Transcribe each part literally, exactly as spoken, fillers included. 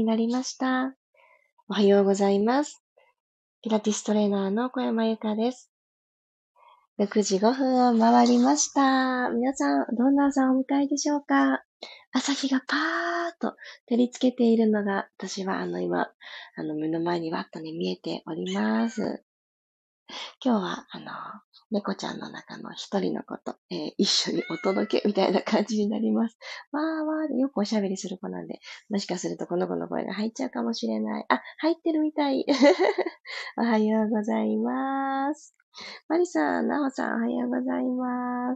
なりました。おはようございます。ピラティストレーナーの小山由かです。ろくじごふんを回りました。皆さん、どんな朝をお迎えでしょうか？朝日がパーッと照りつけているのが、私はあの今、あの目の前にわっとね、見えております。今日は、あの、猫ちゃんの中の一人のこと、えー一緒にお届けみたいな感じになります。わーわーでよくおしゃべりする子なんで、もしかするとこの子の声が入っちゃうかもしれない。あ、入ってるみたい。おはようございます。マリさん、ナオさん、おはようございます。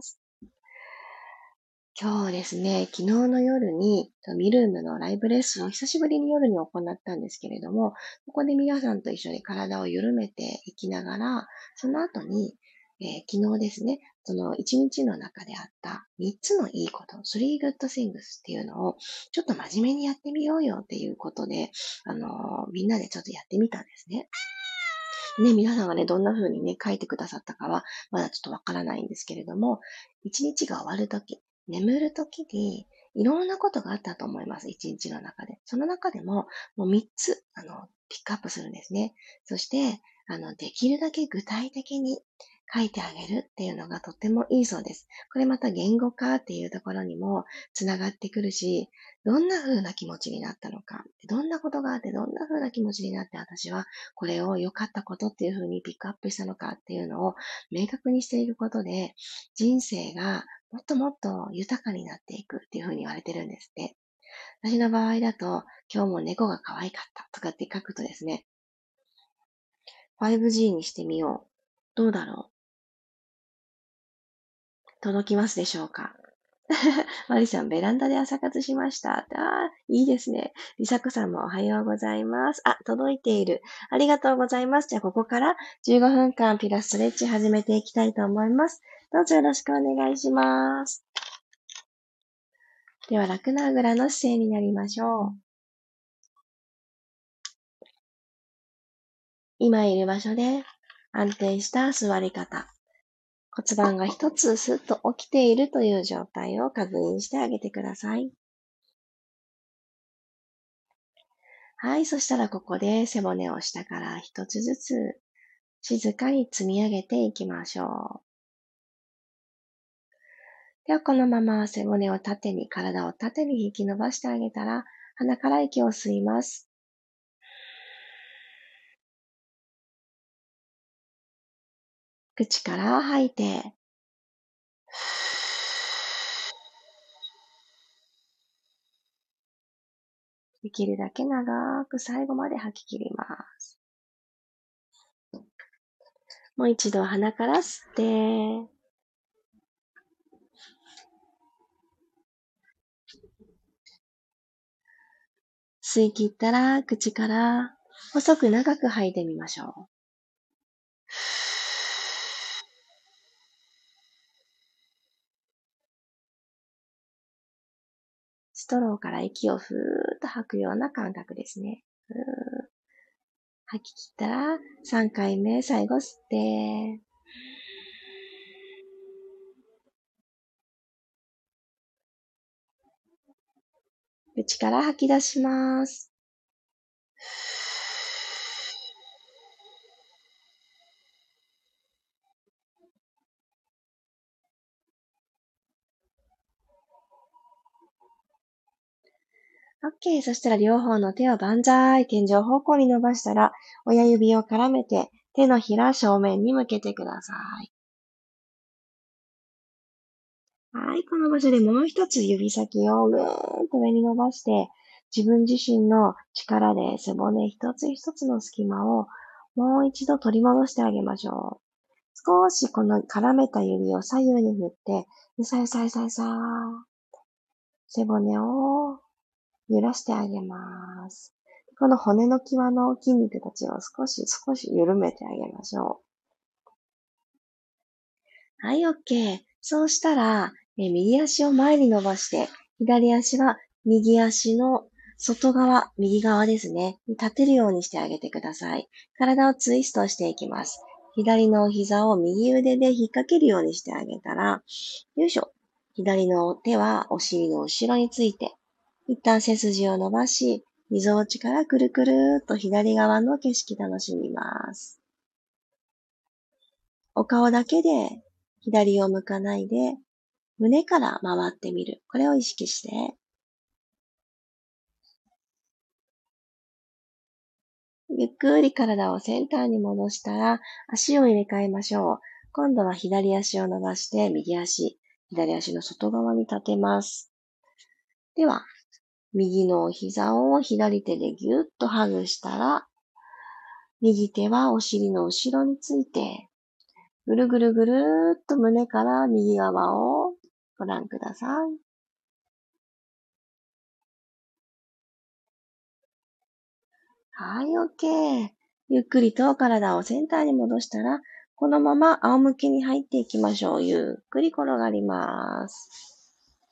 今日ですね、昨日の夜にミルームのライブレッスンを久しぶりに夜に行ったんですけれども、ここで皆さんと一緒に体を緩めていきながら、その後に、えー昨日ですね、その一日の中であったみっつのいいこと、スリー good things っていうのをちょっと真面目にやってみようよっていうことで、あのーみんなでちょっとやってみたんですね。ね、皆さんがね、どんな風にね、書いてくださったかは、まだちょっとわからないんですけれども、一日が終わるとき、眠るときに、いろんなことがあったと思います。一日の中で。その中でも、もうみっつ、あの、ピックアップするんですね。そして、あの、できるだけ具体的に書いてあげるっていうのがとってもいいそうです。これまた言語化っていうところにもつながってくるし、どんな風な気持ちになったのか、どんなことがあってどんな風な気持ちになって私はこれを良かったことっていう風にピックアップしたのかっていうのを明確にしていることで、人生がもっともっと豊かになっていくっていう風に言われてるんですって。私の場合だと、今日も猫が可愛かったとかって書くとですね、ファイブジー にしてみよう。どうだろう？届きますでしょうか？マリさん、ベランダで朝活しました。ああ、いいですね。リサコさんもおはようございます。あ、届いている。ありがとうございます。じゃあ、ここからじゅうごふんかんピラストレッチ始めていきたいと思います。どうぞよろしくお願いします。では、楽なあぐらの姿勢になりましょう。今いる場所で安定した座り方。骨盤が一つスッと起きているという状態を確認してあげてください。はい。そしたらここで背骨を下から一つずつ静かに積み上げていきましょう。ではこのまま背骨を縦に、体を縦に引き伸ばしてあげたら、鼻から息を吸います。口から吐いて、できるだけ長く最後まで吐き切ります。もう一度鼻から吸って、吸い切ったら口から細く長く吐いてみましょう。ストローから息をふーっと吐くような感覚ですね。吐き切ったらさんかいめ最後吸って、口から吐き出します。OK。そしたら両方の手を万歳、天井方向に伸ばしたら、親指を絡めて手のひら正面に向けてください。はい。この場所でもう一つ指先をぐーんと上に伸ばして、自分自身の力で背骨一つ一つの隙間をもう一度取り戻してあげましょう。少しこの絡めた指を左右に振って、ゆさゆさゆさゆさー。背骨を揺らしてあげます。この骨の際の筋肉たちを少し少し緩めてあげましょう。はい、OK。そうしたら、え右足を前に伸ばして、左足は右足の外側、右側ですね、に立てるようにしてあげてください。体をツイストしていきます。左の膝を右腕で引っ掛けるようにしてあげたら、よいしょ。左の手はお尻の後ろについて、一旦背筋を伸ばし、 溝落ちからくるくるっと左側の景色楽しみます。お顔だけで左を向かないで、胸から回ってみる。これを意識して、ゆっくり体をセンターに戻したら、足を入れ替えましょう。今度は左足を伸ばして、右足、左足の外側に立てます。では、右の膝を左手でぎゅっとハグしたら、右手はお尻の後ろについて、ぐるぐるぐるーっと胸から右側をご覧ください。はい、OK。ゆっくりと体をセンターに戻したら、このまま仰向けに入っていきましょう。ゆっくり転がります。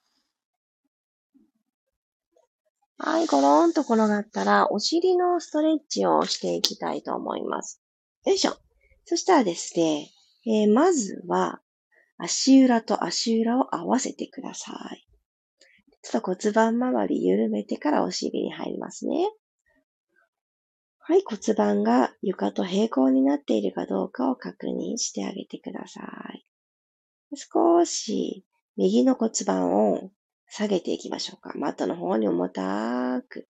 はい、ゴローンと転がったら、お尻のストレッチをしていきたいと思います。よいしょ。そしたらですね、えー、まずは、足裏と足裏を合わせてください。ちょっと骨盤周り緩めてからお尻に入りますね。はい、骨盤が床と平行になっているかどうかを確認してあげてください。少し右の骨盤を下げていきましょうか。マットの方に重たく。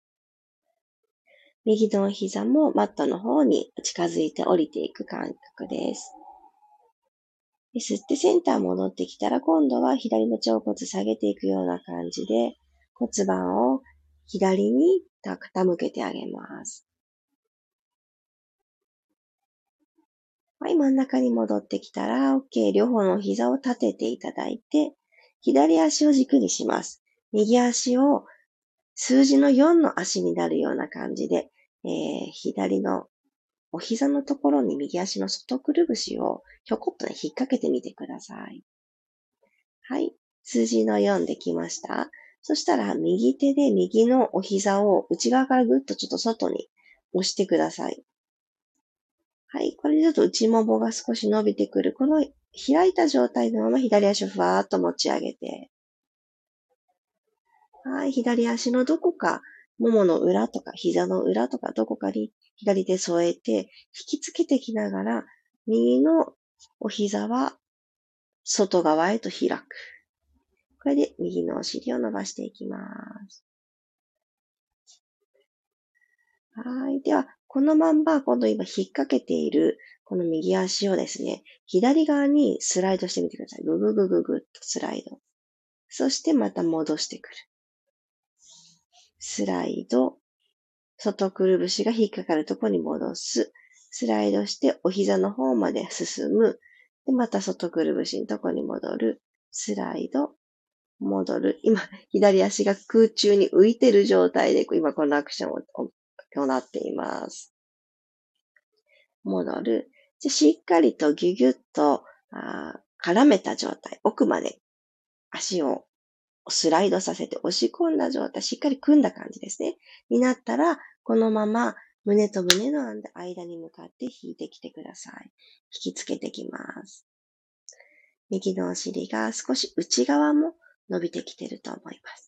右の膝もマットの方に近づいて降りていく感覚です。吸ってセンター戻ってきたら、今度は左の腸骨下げていくような感じで、骨盤を左に傾けてあげます。はい、真ん中に戻ってきたら、OK。両方の膝を立てていただいて、左足を軸にします。右足を数字のよんの足になるような感じで、えー、左のお膝のところに右足の外くるぶしをひょこっとね、引っ掛けてみてください。はい。数字のよんできました。そしたら、右手で右のお膝を内側からぐっとちょっと外に押してください。はい。これでちょっと内ももが少し伸びてくる。この開いた状態のまま左足をふわーっと持ち上げて。はい。左足のどこか、ももの裏とか膝の裏とかどこかに左手添えて、引きつけてきながら、右のお膝は外側へと開く。これで右のお尻を伸ばしていきます。はい。では、このまんま、今度今引っ掛けている、この右足をですね、左側にスライドしてみてください。ぐぐぐぐぐっとスライド。そしてまた戻してくる。スライド。外くるぶしが引っかかるところに戻す。スライドしてお膝の方まで進む。で、また外くるぶしのところに戻る。スライド。戻る。今、左足が空中に浮いている状態で、今このアクションを行っています。戻る。じゃしっかりとギュギュッとあ絡めた状態。奥まで足をスライドさせて押し込んだ状態。しっかり組んだ感じですね。になったら、このまま胸と胸の間に向かって引いてきてください。引きつけてきます。右のお尻が少し内側も伸びてきていると思います。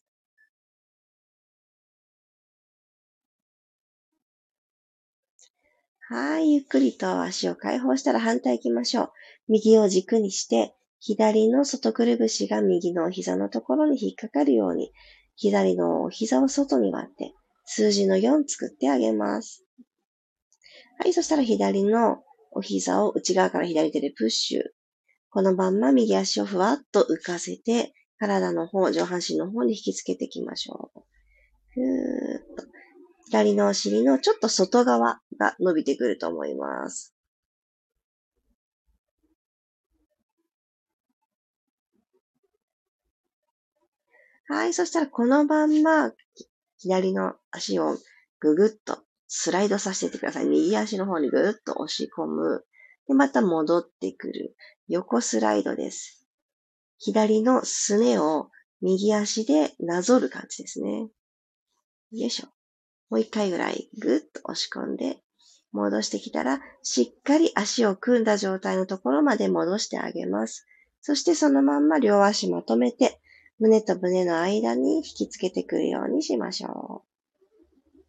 はい、ゆっくりと足を解放したら反対行きましょう。右を軸にして、左の外くるぶしが右のお膝のところに引っかかるように、左のお膝を外に割って、数字のよん作ってあげます。はい、そしたら左のお膝を内側から左手でプッシュ。このまんま右足をふわっと浮かせて、体の方、上半身の方に引きつけていきましょう。ふーっと。左のお尻のちょっと外側が伸びてくると思います。はい。そしたらこのまんま、左の足をぐぐっとスライドさせてください。右足の方にぐっと押し込む。で、また戻ってくる。横スライドです。左のすねを右足でなぞる感じですね。よいしょ。もう一回ぐらいぐっと押し込んで、戻してきたら、しっかり足を組んだ状態のところまで戻してあげます。そしてそのまんま両足まとめて、胸と胸の間に引きつけてくるようにしましょう。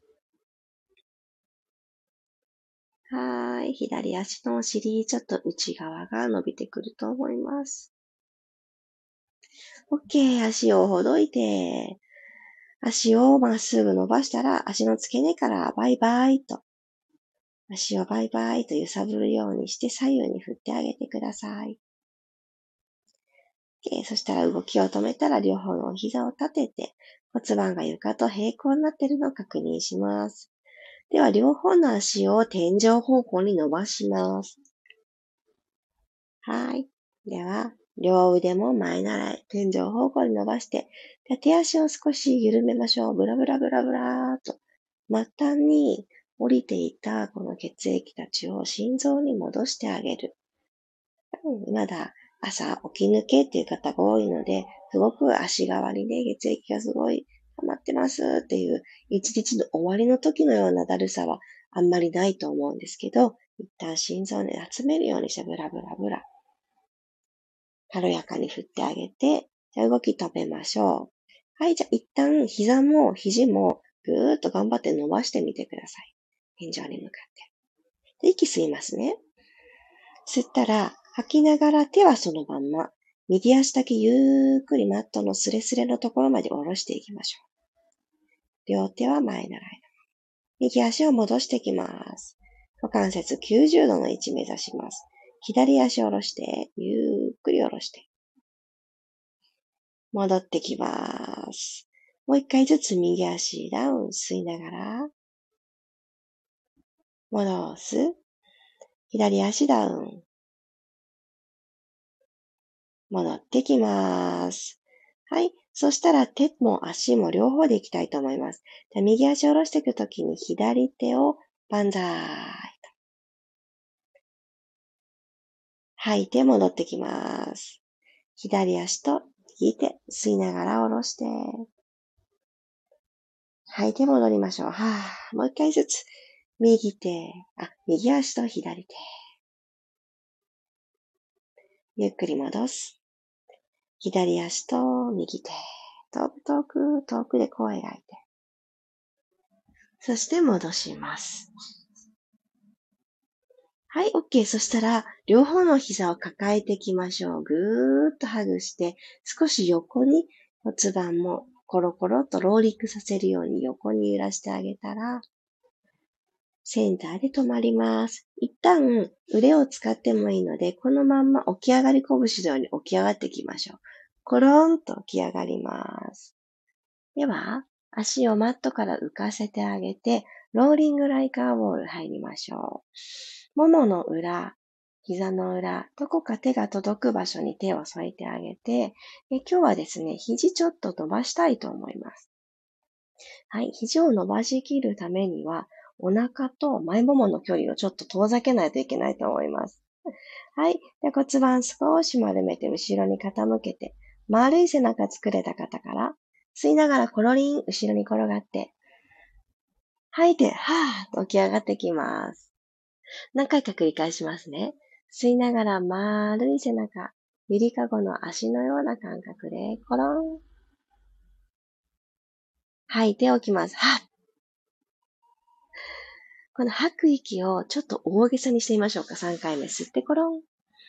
さい。左足のお尻、ちょっと内側が伸びてくると思います。OK。足をほどいて、足をまっすぐ伸ばしたら、足の付け根からバイバイと、足をバイバイと揺さぶるようにして左右に振ってあげてください。OK。そしたら動きを止めたら両方のお膝を立てて、骨盤が床と平行になっているのを確認します。では、両方の足を天井方向に伸ばします。はい。では、両腕も前習い、天井方向に伸ばして、で手足を少し緩めましょう。ブラブラブラブラーっと。末端に降りていたこの血液たちを心臓に戻してあげる。うん、まだ朝起き抜けっていう方が多いので、すごく足代わりで血液がすごい溜まってますっていう一日の終わりの時のようなだるさはあんまりないと思うんですけど、一旦心臓に集めるようにしてブラブラブラ。軽やかに振ってあげて、じゃあ動き止めましょう。はい、じゃあ一旦膝も肘もぐーっと頑張って伸ばしてみてください。天井に向かって。で息吸いますね。吸ったら、吐きながら手はそのまんま、右足だけゆっくりマットのスレスレのところまで下ろしていきましょう。両手は前習いの。右足を戻していきます。股関節きゅうじゅうどの位置目指します。左足を下ろして、ゆっくり下ろして。戻ってきます。もう一回ずつ右足ダウン吸いながら、戻す。左足ダウン。戻ってきます。はい。そしたら手も足も両方でいきたいと思います。右足を下ろしていくときに左手をバンザーイと。吐いて戻ってきます。左足と右手吸いながら下ろして。吐いて戻りましょう。はぁ。もう一回ずつ。右手、あ、右足と左手。ゆっくり戻す。左足と右手。遠く遠く遠くでこう描いて。そして戻します。はい、OK。そしたら、両方の膝を抱えていきましょう。ぐーっとハグして、少し横に骨盤もコロコロとローリングさせるように横に揺らしてあげたら、センターで止まります。一旦腕を使ってもいいので、このまんま起き上がり拳のように起き上がっていきましょう。コロンと起き上がります。では、足をマットから浮かせてあげて、ローリングライカーボール入りましょう。ももの裏、膝の裏、どこか手が届く場所に手を添えてあげて、え今日はですね、肘ちょっと伸ばしたいと思います。はい、肘を伸ばしきるためには、お腹と前ももの距離をちょっと遠ざけないといけないと思います。はい。で骨盤少し丸めて後ろに傾けて、丸い背中作れた方から、吸いながらコロリン、後ろに転がって、吐いて、はーっと起き上がってきます。何回か繰り返しますね。吸いながら丸い背中、ゆりかごの足のような感覚で、コロン。吐いておきます。はっ。この吐く息をちょっと大げさにしてみましょうか。さんかいめ吸ってコロン。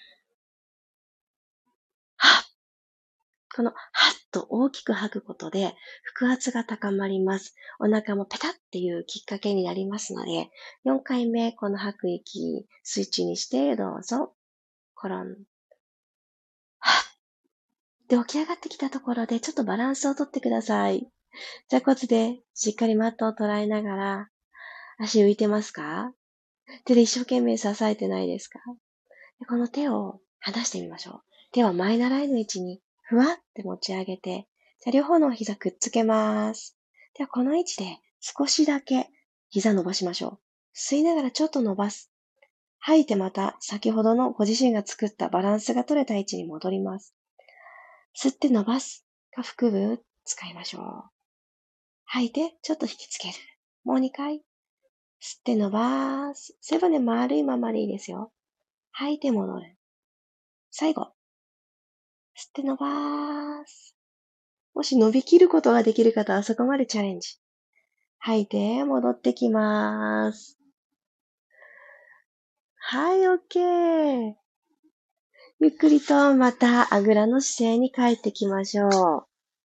はっ。この、はっと大きく吐くことで、腹圧が高まります。お腹もペタッっていうきっかけになりますので、よんかいめ、この吐く息、スイッチにして、どうぞ。コロン。はっ。で、起き上がってきたところで、ちょっとバランスをとってください。座骨でしっかりマットを捉えながら、足浮いてますか？手で一生懸命支えてないですか？でこの手を離してみましょう。手は前習いの位置にふわって持ち上げて、じゃあ両方の膝くっつけます。ではこの位置で少しだけ膝伸ばしましょう。吸いながらちょっと伸ばす。吐いてまた先ほどのご自身が作ったバランスが取れた位置に戻ります。吸って伸ばすか腹部使いましょう。吐いてちょっと引きつける。もうにかい。吸って伸ばす。背骨丸いままでいいですよ。吐いて戻る。最後。吸って伸ばす。もし伸びきることができる方はそこまでチャレンジ。吐いて戻ってきます。 はい、OK。ゆっくりとまたあぐらの姿勢に帰ってきましょ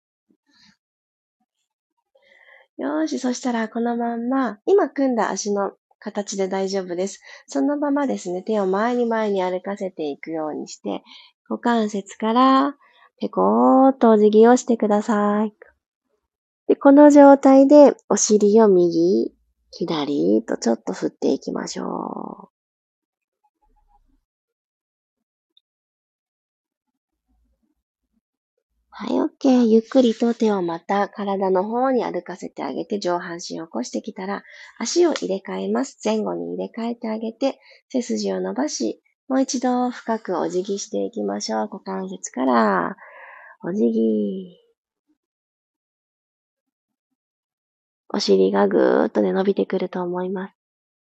う。よーし、そしたらこのまんま、今組んだ足の形で大丈夫です。そのままですね、手を前に前に歩かせていくようにして、股関節からペコーっとお辞儀をしてください。で、この状態でお尻を右、左とちょっと振っていきましょう。はい、OK。ゆっくりと手をまた体の方に歩かせてあげて、上半身を起こしてきたら、足を入れ替えます。前後に入れ替えてあげて、背筋を伸ばし、もう一度深くお辞儀していきましょう。股関節から、お辞儀。お尻がぐーっとね、伸びてくると思います。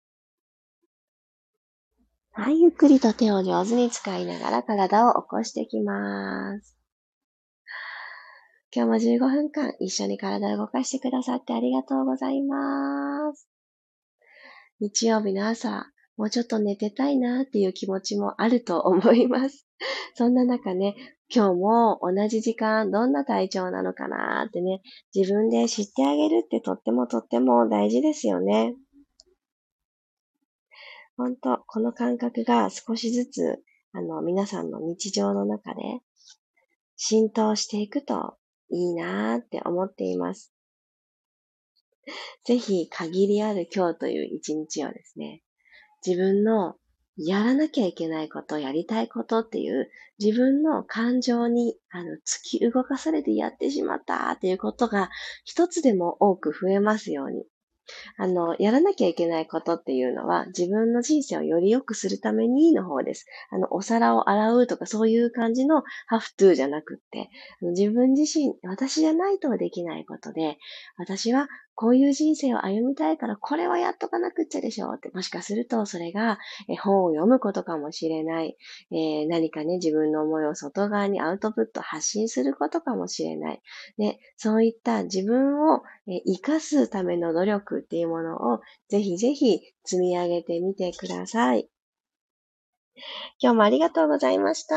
はい、ゆっくりと手を上手に使いながら体を起こしてきます。今日もじゅうごふんかん一緒に体を動かしてくださってありがとうございます。日曜日の朝、もうちょっと寝てたいなっていう気持ちもあると思います。そんな中ね、今日も同じ時間どんな体調なのかなってね、自分で知ってあげるってとってもとっても大事ですよね。本当この感覚が少しずつ、あの、皆さんの日常の中で浸透していくといいなーって思っています。ぜひ限りある今日という一日をですね、自分のやらなきゃいけないこと、やりたいことっていう自分の感情にあの突き動かされてやってしまったっていうことが一つでも多く増えますように。あの、やらなきゃいけないことっていうのは、自分の人生をより良くするためにの方です。あの、お皿を洗うとかそういう感じのハフトゥーじゃなくって、あの自分自身、私じゃないとできないことで、私はこういう人生を歩みたいから、これはやっとかなくっちゃでしょって、もしかするとそれがえ本を読むことかもしれない、えー何かね、自分の思いを外側にアウトプット、発信することかもしれない。で、そういった自分をえ生かすための努力っていうものをぜひぜひ積み上げてみてください。今日もありがとうございました。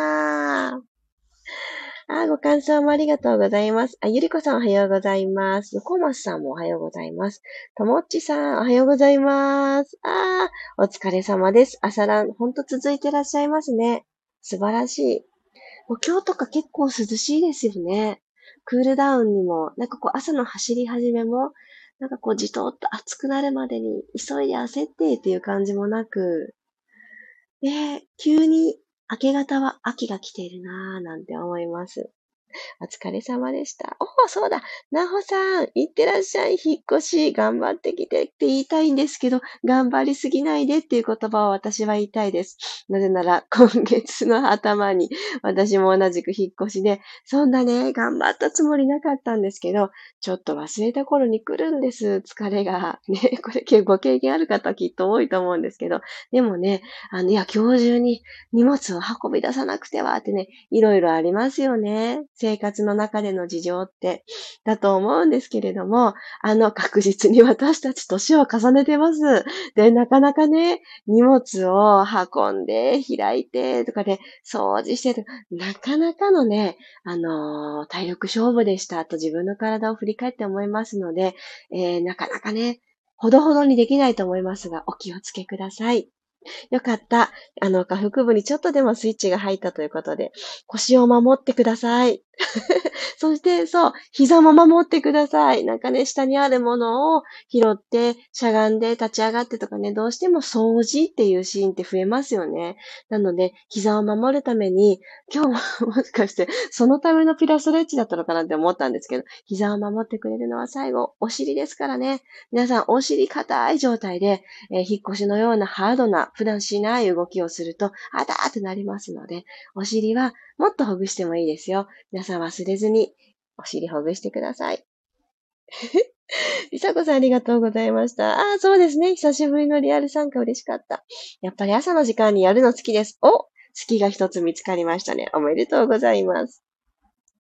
あ、ご感想もありがとうございます。あ、ゆりこさんおはようございます。コマスさんもおはようございます。ともっちさんおはようございます。あー、お疲れ様です。朝ラン、ほんと続いてらっしゃいますね。素晴らしい。もう今日とか結構涼しいですよね。クールダウンにも、なんかこう朝の走り始めも、なんかこうじとっと暑くなるまでに急いで焦ってっていう感じもなく、ね、急に明け方は秋が来ているなぁなんて思います。お疲れ様でした。おお、そうだ。なほさん、いってらっしゃい。引っ越し、頑張ってきてって言いたいんですけど、頑張りすぎないでっていう言葉を私は言いたいです。なぜなら、今月の頭に、私も同じく引っ越しで、そんなね、頑張ったつもりなかったんですけど、ちょっと忘れた頃に来るんです、疲れが。ね、これ結構ご経験ある方きっと多いと思うんですけど、でもね、あの、いや、今日中に荷物を運び出さなくてはってね、いろいろありますよね。生活の中での事情って。だと思うんですけれども、あの、確実に私たち年を重ねてます。で、なかなかね、荷物を運んで、開いて、とかで、掃除してとか、なかなかのね、あのー体力勝負でしたと自分の体を振り返って思いますので、えー、なかなかね、ほどほどにできないと思いますが、お気をつけください。よかった。あの、下腹部にちょっとでもスイッチが入ったということで、腰を守ってください。そして、そう、膝も守ってください。なんかね、下にあるものを拾って、しゃがんで立ち上がってとかね、どうしても掃除っていうシーンって増えますよね。なので、膝を守るために、今日ももしかして、そのためのピラストレッチだったのかなって思ったんですけど、膝を守ってくれるのは最後、お尻ですからね。皆さん、お尻硬い状態で、えー引っ越しのようなハードな、普段しない動きをすると、あたーってなりますので、お尻はもっとほぐしてもいいですよ。皆さん忘れずに、お尻ほぐしてください。りさこさんありがとうございました。ああ、そうですね。久しぶりのリアル参加嬉しかった。やっぱり朝の時間にやるの好きです。お、好きが一つ見つかりましたね。おめでとうございます。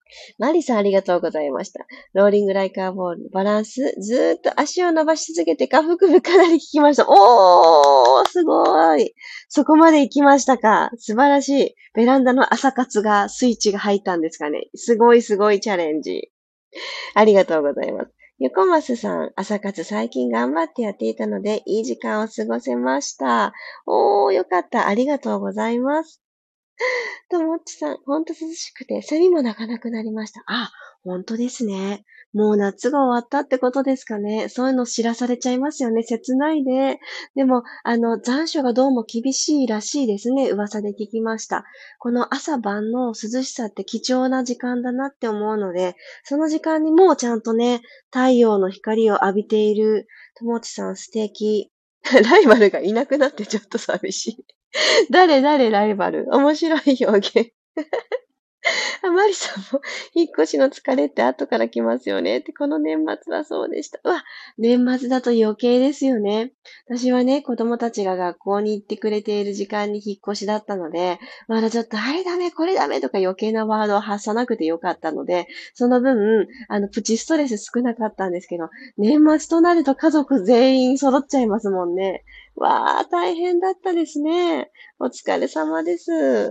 マリさんありがとうございました。ローリングライカーボール、バランス、ずーっと足を伸ばし続けて下腹部かなり効きました。おー、すごい。そこまで行きましたか。素晴らしい。ベランダの朝活が、スイッチが入ったんですかね。すごいすごいチャレンジ。ありがとうございます。横マさん、朝活最近頑張ってやっていたので、いい時間を過ごせました。おー、よかった。ありがとうございます。ともっちさん、ほんと涼しくて、セミも鳴かなくなりました。あ、ほんとですね。もう夏が終わったってことですかね。そういうの知らされちゃいますよね。切ないで。でも、あの、残暑がどうも厳しいらしいですね。噂で聞きました。この朝晩の涼しさって貴重な時間だなって思うので、その時間にもうちゃんとね、太陽の光を浴びているともっちさん素敵。ライバルがいなくなってちょっと寂しい。誰誰ライバル面白い表現。あ、マリさんも、引っ越しの疲れって後から来ますよね。って、この年末はそうでした。うわ、年末だと余計ですよね。私はね、子供たちが学校に行ってくれている時間に引っ越しだったので、まだちょっと、あれダメ、これダメとか余計なワードを発さなくてよかったので、その分、あの、プチストレス少なかったんですけど、年末となると家族全員揃っちゃいますもんね。わー、大変だったですね。お疲れ様です。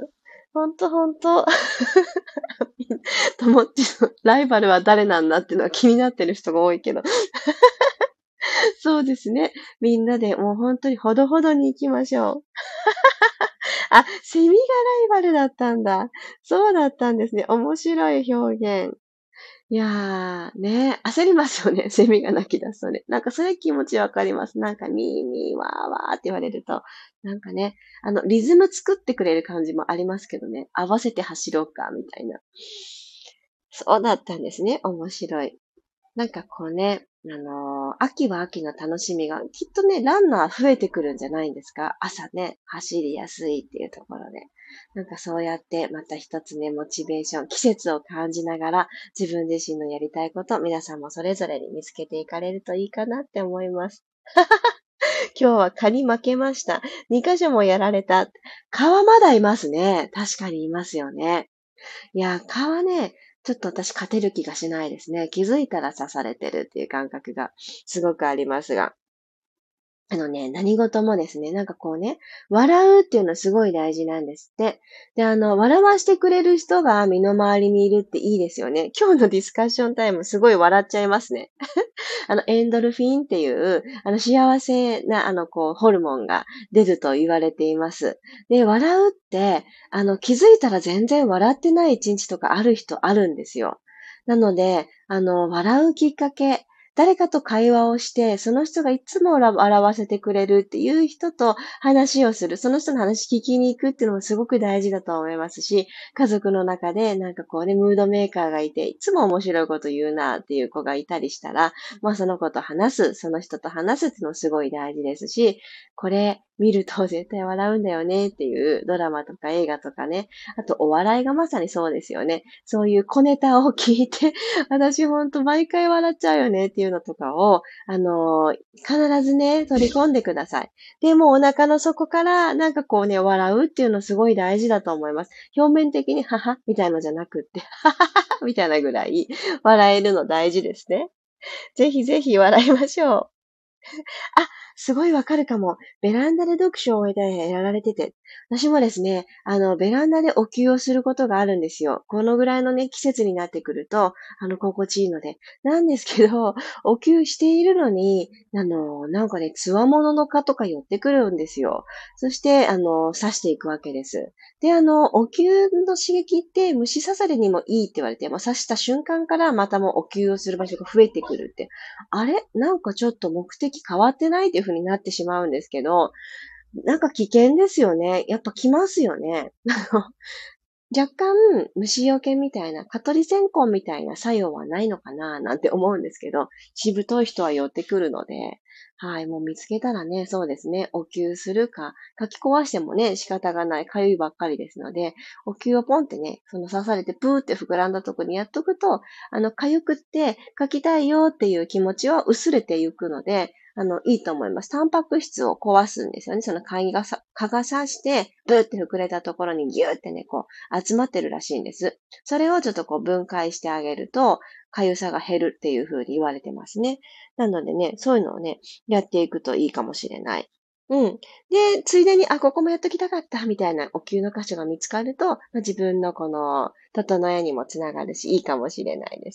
ほんとほんと。ともっちのライバルは誰なんだっていうのは気になってる人が多いけど。そうですね。みんなでもう本当にほどほどに行きましょう。あ、セミがライバルだったんだ。そうだったんですね。面白い表現。いやー、ね、焦りますよね。セミが鳴き出すとね。なんかそういう気持ちわかります。なんかミーミーワーワーって言われると、なんかね、あの、リズム作ってくれる感じもありますけどね。合わせて走ろうか、みたいな。そうだったんですね。面白い。なんかこうね、あのー秋は秋の楽しみが、きっとね、ランナー増えてくるんじゃないんですか？朝ね、走りやすいっていうところで。なんかそうやってまた一つね、モチベーション、季節を感じながら自分自身のやりたいこと、皆さんもそれぞれに見つけていかれるといいかなって思います。今日は蚊に負けました。に箇所もやられた。蚊はまだいますね。確かにいますよね。いや、蚊はね、ちょっと私勝てる気がしないですね。気づいたら刺されてるっていう感覚がすごくありますが。あのね、何事もですね、なんかこうね、笑うっていうのすごい大事なんですって。で、あの、笑わしてくれる人が身の回りにいるっていいですよね。今日のディスカッションタイムすごい笑っちゃいますね。あの、エンドルフィンっていう、あの、幸せな、あの、こう、ホルモンが出ると言われています。で、笑うって、あの、気づいたら全然笑ってない一日とかある人あるんですよ。なので、あの、笑うきっかけ、誰かと会話をして、その人がいつも笑わせてくれるっていう人と話をする、その人の話聞きに行くっていうのもすごく大事だと思いますし、家族の中でなんかこうね、ムードメーカーがいて、いつも面白いこと言うなっていう子がいたりしたら、まあその子と話す、その人と話すっていうのもすごい大事ですし、これ見ると絶対笑うんだよねっていうドラマとか映画とかね、あとお笑いがまさにそうですよね。そういう小ネタを聞いて、私ほんと毎回笑っちゃうよねっていうのとかを、あのー必ずね、取り込んでください。でもお腹の底からなんかこうね、笑うっていうのすごい大事だと思います。表面的にははみたいのじゃなくって、はははみたいなぐらい笑えるの大事ですね。ぜひぜひ笑いましょう。あ、すごいわかるかも。ベランダで読書を終えてやられてて。私もですね、あの、ベランダでお灸をすることがあるんですよ。このぐらいのね、季節になってくると、あの、心地いいので。なんですけど、お灸しているのに、あの、なんかね、つわものの蚊とか寄ってくるんですよ。そして、あの、刺していくわけです。で、あの、お灸の刺激って虫刺されにもいいって言われて、まあ、刺した瞬間からまたもうお灸をする場所が増えてくるってあれなんかちょっと目的変わってないっていう風になってしまうんですけど、なんか危険ですよね。やっぱ来ますよね。若干、虫除けみたいな、蚊取り線香みたいな作用はないのかななんて思うんですけど、しぶとい人は寄ってくるので、はい、もう見つけたらね、そうですね、お灸するか、書き壊してもね、仕方がない、痒いばっかりですので、お灸をポンってね、その刺されてプーって膨らんだとこにやっとくと、あの、痒くって書きたいよっていう気持ちは薄れていくので、 あの、いいと思います。タンパク質を壊すんですよね。その蚊がさ、蚊が刺して、ブーって膨れたところにギューってね、こう、集まってるらしいんです。それをちょっとこう分解してあげると、痒さが減るっていう風に言われてますね。なのでね、そういうのをね、やっていくといいかもしれない。うん。で、ついでに、あ、ここもやっときたかった、みたいなお灸の箇所が見つかると、まあ、自分のこの、整えにもつながるし、いいかもしれないです。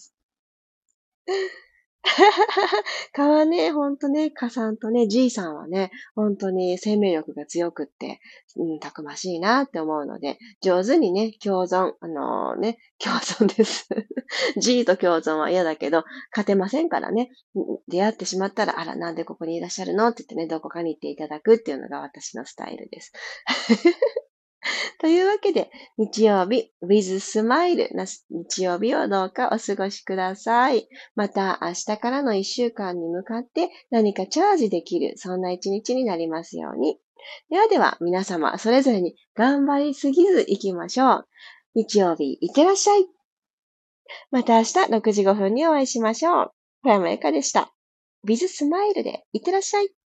蚊はね、ほんとね、蚊さんとね、じいさんはね、ほんとに生命力が強くって、うん、たくましいなって思うので、上手にね、共存、あのね、共存です。じいと共存は嫌だけど、勝てませんからね、うん出会ってしまったら、あら、なんでここにいらっしゃるのって言ってね、どこかに行っていただくっていうのが私のスタイルです。というわけで、日曜日、with smile な日曜日をどうかお過ごしください。また明日からの一週間に向かって何かチャージできる、そんな一日になりますように。ではでは、皆様、それぞれに頑張りすぎず行きましょう。日曜日、いってらっしゃい。また明日ろくじごふんにお会いしましょう。小山由かでした。with smile でいってらっしゃい。